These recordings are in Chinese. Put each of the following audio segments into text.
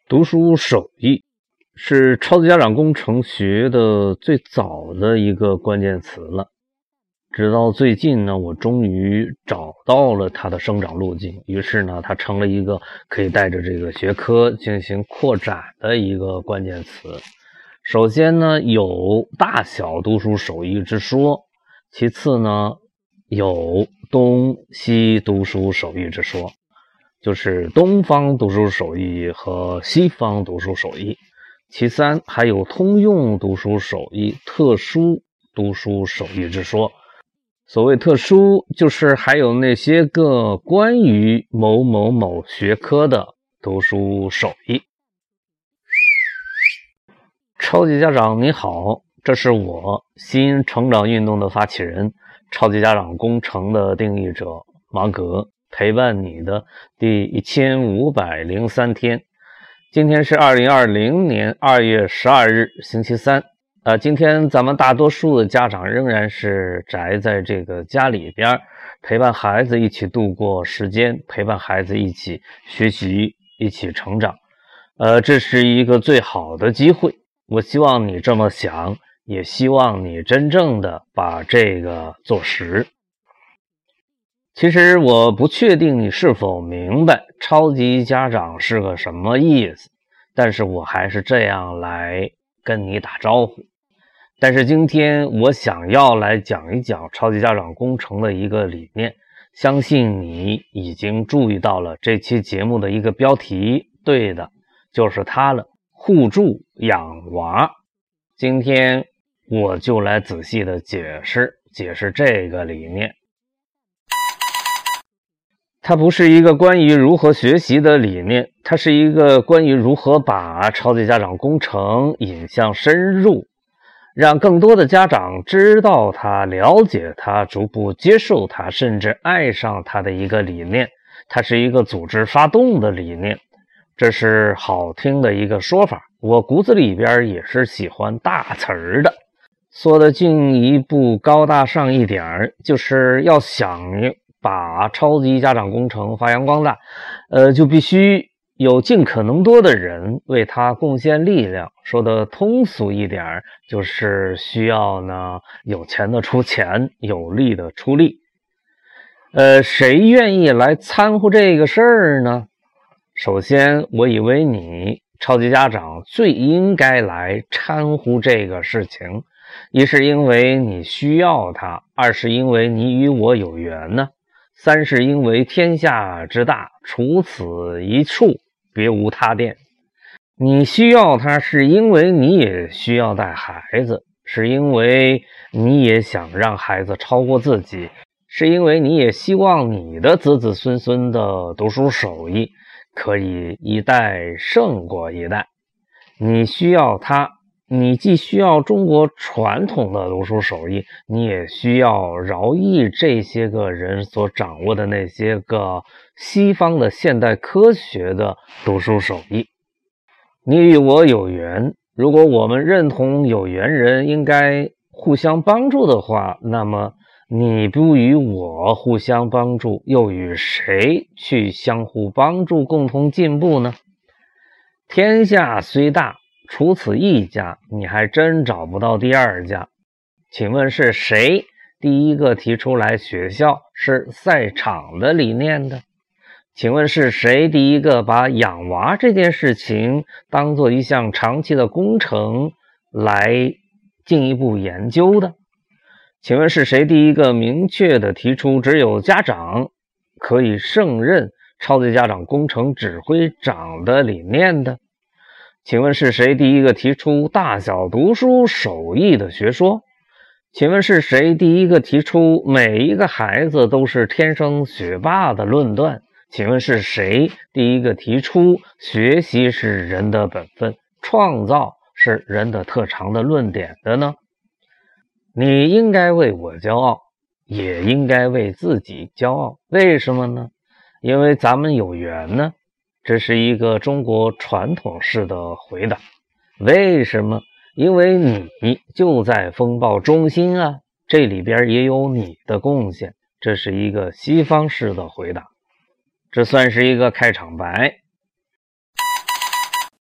读书手艺是超级家长工程学的最早的一个关键词了。直到最近呢，我终于找到了它的生长路径，于是呢，它成了一个可以带着这个学科进行扩展的一个关键词。首先呢，有大小读书手艺之说，其次呢，有东西读书手艺之说，就是东方读书手艺和西方读书手艺。其三，还有通用读书手艺、特殊读书手艺之说。所谓特殊，就是还有那些个关于某某某学科的读书手艺。超级家长你好，这是我新成长运动的发起人，超级家长工程的定义者芒格，陪伴你的第1503天。今天是2020年2月12日星期三。今天咱们大多数的家长仍然是宅在这个家里边，陪伴孩子一起度过时间，陪伴孩子一起学习，一起成长。这是一个最好的机会，我希望你这么想，也希望你真正的把这个做实。其实我不确定你是否明白超级家长是个什么意思，但是我还是这样来跟你打招呼。但是今天我想要来讲一讲超级家长工程的一个理念，相信你已经注意到了这期节目的一个标题，对的，就是它了，互助养娃。今天我就来仔细的解释这个理念。它不是一个关于如何学习的理念，它是一个关于如何把超级家长工程引向深入，让更多的家长知道它、了解它、逐步接受它，甚至爱上它的一个理念。它是一个组织发动的理念，这是好听的一个说法。我骨子里边也是喜欢大词儿的。说的进一步高大上一点，就是要想把超级家长工程发扬光大，就必须有尽可能多的人为它贡献力量。说的通俗一点，就是需要呢有钱的出钱，有力的出力。谁愿意来掺和这个事儿呢？首先，我以为你超级家长最应该来掺和这个事情，一是因为你需要它，二是因为你与我有缘呢，三是因为天下之大，除此一处，别无他店。你需要它是因为你也需要带孩子，是因为你也想让孩子超过自己，是因为你也希望你的子子孙孙的读书手艺可以一代胜过一代。你需要它，你既需要中国传统的读书手艺，你也需要饶益这些个人所掌握的那些个西方的现代科学的读书手艺。你与我有缘，如果我们认同有缘人应该互相帮助的话，那么你不与我互相帮助，又与谁去相互帮助，共同进步呢？天下虽大，除此一家，你还真找不到第二家。请问是谁第一个提出来学校是赛场的理念的？请问是谁第一个把养娃这件事情当做一项长期的工程来进一步研究的？请问是谁第一个明确的提出只有家长可以胜任超级家长工程指挥长的理念的？请问是谁第一个提出大小读书手艺的学说？请问是谁第一个提出每一个孩子都是天生学霸的论断？请问是谁第一个提出学习是人的本分，创造是人的特长的论点的呢？你应该为我骄傲，也应该为自己骄傲。为什么呢？因为咱们有缘呢。这是一个中国传统式的回答。为什么？因为你就在风暴中心啊，这里边也有你的贡献。这是一个西方式的回答，这算是一个开场白。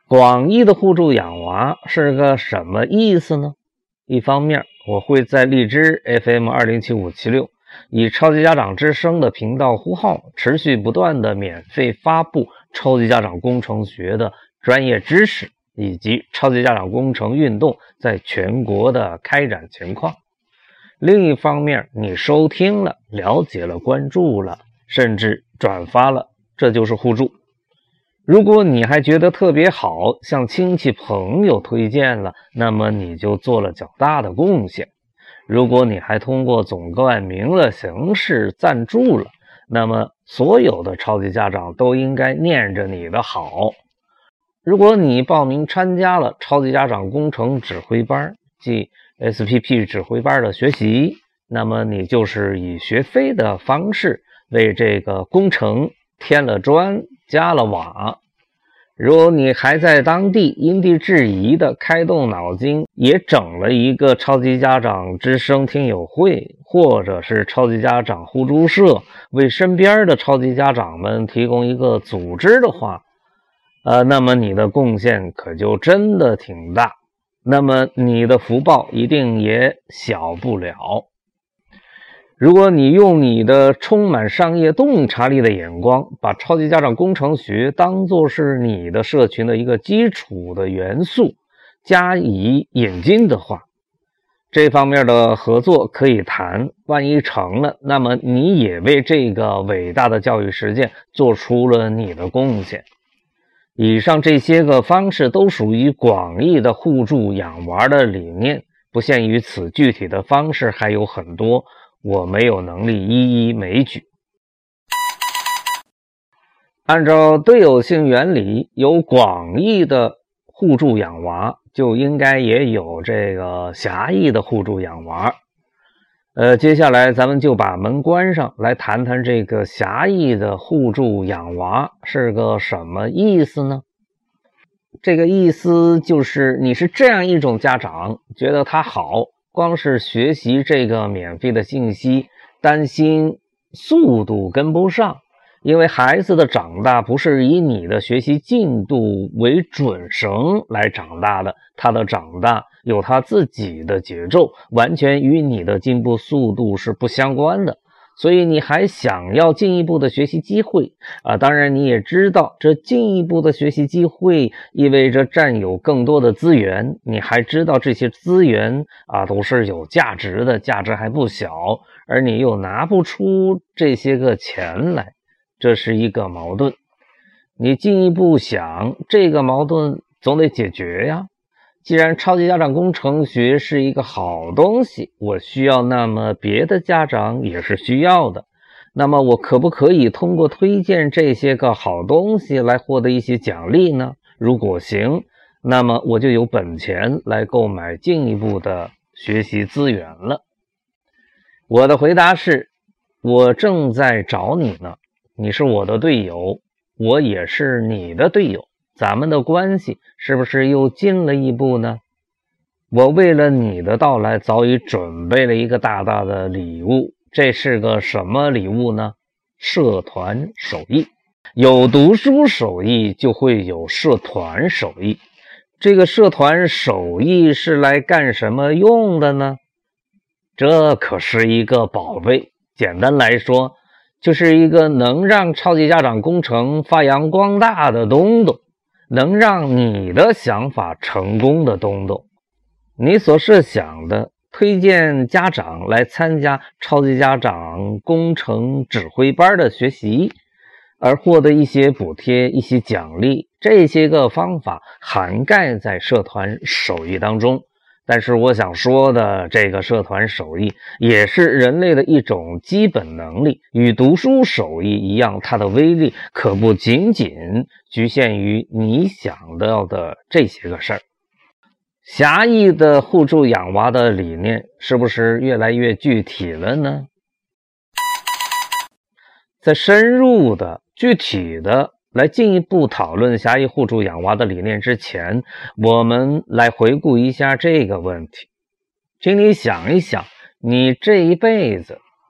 广义的互助养娃是个什么意思呢？一方面，我会在荔枝 FM207576 以超级家长之声的频道呼号，持续不断的免费发布超级家长工程学的专业知识，以及超级家长工程运动在全国的开展情况。另一方面，你收听了、了解了、关注了，甚至转发了，这就是互助。如果你还觉得特别好，向亲戚朋友推荐了，那么你就做了较大的贡献。如果你还通过总冠名的形式赞助了，那么所有的超级家长都应该念着你的好。如果你报名参加了超级家长工程指挥班，即 SPP 指挥班的学习，那么你就是以学费的方式为这个工程添了砖加了瓦。如果你还在当地因地制宜的开动脑筋，也整了一个超级家长之声听友会，或者是超级家长互助社，为身边的超级家长们提供一个组织的话，那么你的贡献可就真的挺大，那么你的福报一定也小不了。如果你用你的充满商业洞察力的眼光，把超级家长工程学当作是你的社群的一个基础的元素加以引进的话，这方面的合作可以谈，万一成了，那么你也为这个伟大的教育实践做出了你的贡献。以上这些个方式都属于广义的互助养娃的理念，不限于此，具体的方式还有很多，我没有能力一一枚举。按照对偶性原理，有广义的互助养娃，就应该也有这个狭义的互助养娃。接下来咱们就把门关上，来谈谈这个狭义的互助养娃是个什么意思呢？这个意思就是你是这样一种家长，觉得他好，光是学习这个免费的信息，担心速度跟不上，因为孩子的长大不是以你的学习进度为准绳来长大的，他的长大有他自己的节奏，完全与你的进步速度是不相关的。所以你还想要进一步的学习机会当然你也知道，这进一步的学习机会意味着占有更多的资源，你还知道这些资源都是有价值的，价值还不小，而你又拿不出这些个钱来，这是一个矛盾。你进一步想，这个矛盾总得解决呀。既然超级家长工程学是一个好东西，我需要，那么别的家长也是需要的。那么我可不可以通过推荐这些个好东西来获得一些奖励呢？如果行，那么我就有本钱来购买进一步的学习资源了。我的回答是，我正在找你呢，你是我的队友，我也是你的队友，咱们的关系是不是又近了一步呢？我为了你的到来早已准备了一个大大的礼物，这是个什么礼物呢？社团手艺。有读书手艺就会有社团手艺，这个社团手艺是来干什么用的呢？这可是一个宝贝，简单来说，就是一个能让超级家长工程发扬光大的东东，能让你的想法成功的东东。你所设想的推荐家长来参加超级家长工程指挥班的学习，而获得一些补贴、一些奖励，这些个方法涵盖在社团手艺当中。但是我想说的，这个社团手艺也是人类的一种基本能力，与读书手艺一样，它的威力可不仅仅局限于你想到的这些个事儿。狭义的互助养娃的理念是不是越来越具体了呢？在深入的具体的来进一步讨论狭义互助养娃的理念之前，我们来回顾一下这个问题。请你想一想，你这一辈子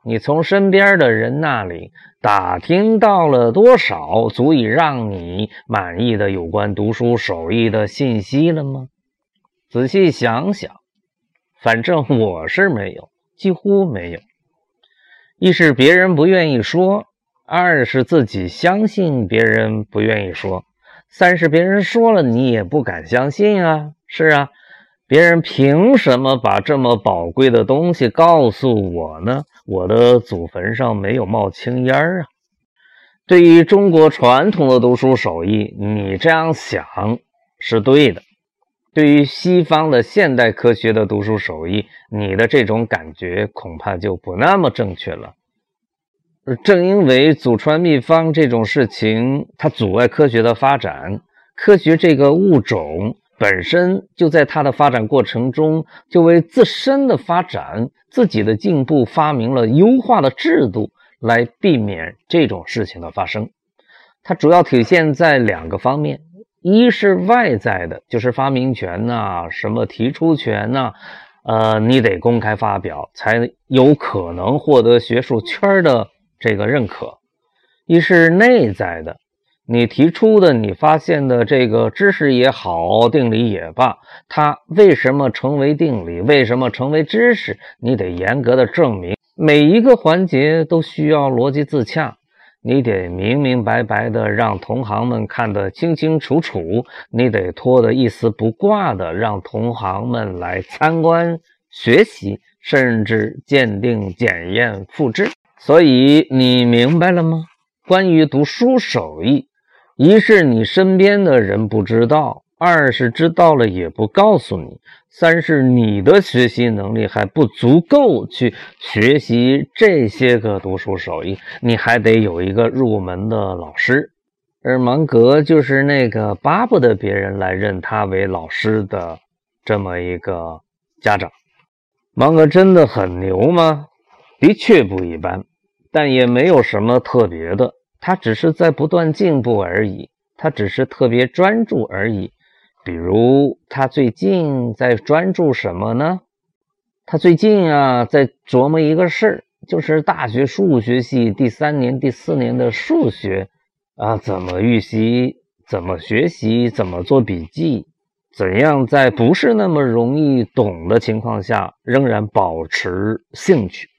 你从身边的人那里打听到了多少足以让你满意的有关读书手艺的信息了吗？仔细想想，反正我是没有，几乎没有。一是别人不愿意说，二是自己相信别人不愿意说，三是别人说了你也不敢相信啊。是啊，别人凭什么把这么宝贵的东西告诉我呢？我的祖坟上没有冒青烟啊。对于中国传统的读书手艺，你这样想是对的。对于西方的现代科学的读书手艺，你的这种感觉恐怕就不那么正确了。正因为祖传秘方这种事情，它阻碍科学的发展，科学这个物种本身就在它的发展过程中，就为自身的发展、自己的进步发明了优化的制度，来避免这种事情的发生。它主要体现在两个方面，一是外在的，就是发明权呐，什么提出权呐，你得公开发表，才有可能获得学术圈的这个认可。一是内在的，你提出的你发现的这个知识也好，定理也罢，它为什么成为定理，为什么成为知识，你得严格的证明，每一个环节都需要逻辑自洽，你得明明白白的让同行们看得清清楚楚，你得拖得一丝不挂的让同行们来参观学习，甚至鉴定检验复制。所以你明白了吗？关于读书手艺，一是你身边的人不知道，二是知道了也不告诉你，三是你的学习能力还不足够去学习这些个读书手艺，你还得有一个入门的老师。而芒格就是那个巴不得别人来认他为老师的这么一个家长。芒格真的很牛吗？的确不一般，但也没有什么特别的，他只是在不断进步而已，他只是特别专注而已。比如他最近在专注什么呢？他最近在琢磨一个事儿，就是大学数学系第3年第4年的数学怎么预习，怎么学习，怎么做笔记，怎样在不是那么容易懂的情况下仍然保持兴趣。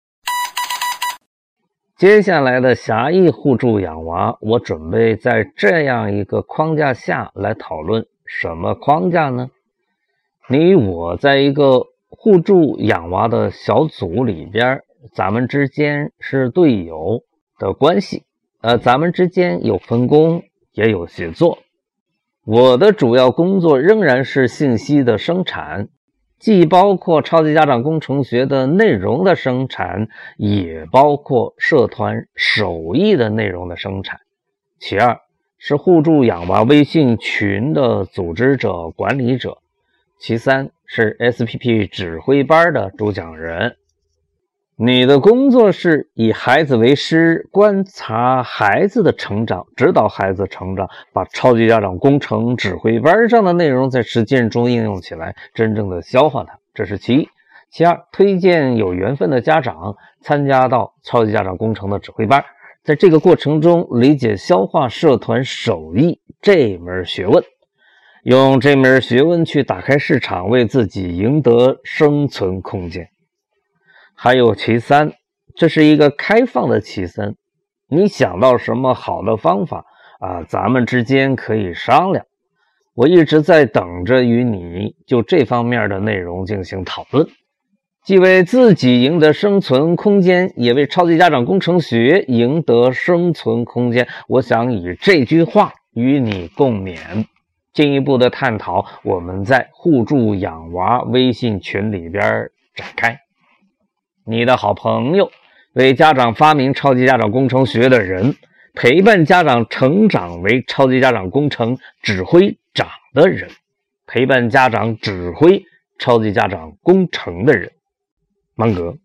接下来的狭义互助养娃，我准备在这样一个框架下来讨论。什么框架呢？你我在一个互助养娃的小组里边，咱们之间是队友的关系，咱们之间有分工，也有协作。我的主要工作仍然是信息的生产，既包括超级家长工程学的内容的生产，也包括社团手艺的内容的生产。其二是互助养娃微信群的组织者、管理者。其三是 SPP 指挥班的主讲人。你的工作是以孩子为师，观察孩子的成长，指导孩子成长，把超级家长工程指挥班上的内容在实践中应用起来，真正的消化它，这是其一。其二，推荐有缘分的家长参加到超级家长工程的指挥班，在这个过程中理解消化社团手艺这门学问，用这门学问去打开市场，为自己赢得生存空间。还有其三，这是一个开放的其三，你想到什么好的方法咱们之间可以商量。我一直在等着与你就这方面的内容进行讨论，既为自己赢得生存空间，也为超级家长工程学赢得生存空间。我想以这句话与你共勉，进一步的探讨我们在互助养娃微信群里边展开。你的好朋友，为家长发明超级家长工程学的人，陪伴家长成长为超级家长工程指挥长的人，陪伴家长指挥超级家长工程的人。芒格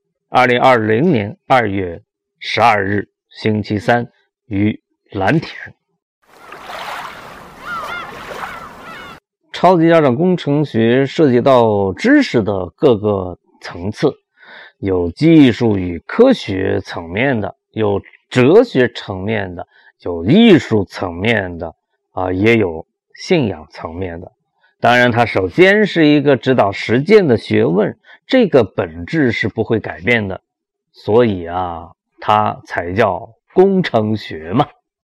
，2020年2月12日星期三于蓝田。超级家长工程学涉及到知识的各个层次， 有技术与科学层面的，有哲学层面的，有艺术层面的也有信仰层面的。当然它首先是一个指导实践的学问，这个本质是不会改变的，所以它才叫工程学嘛。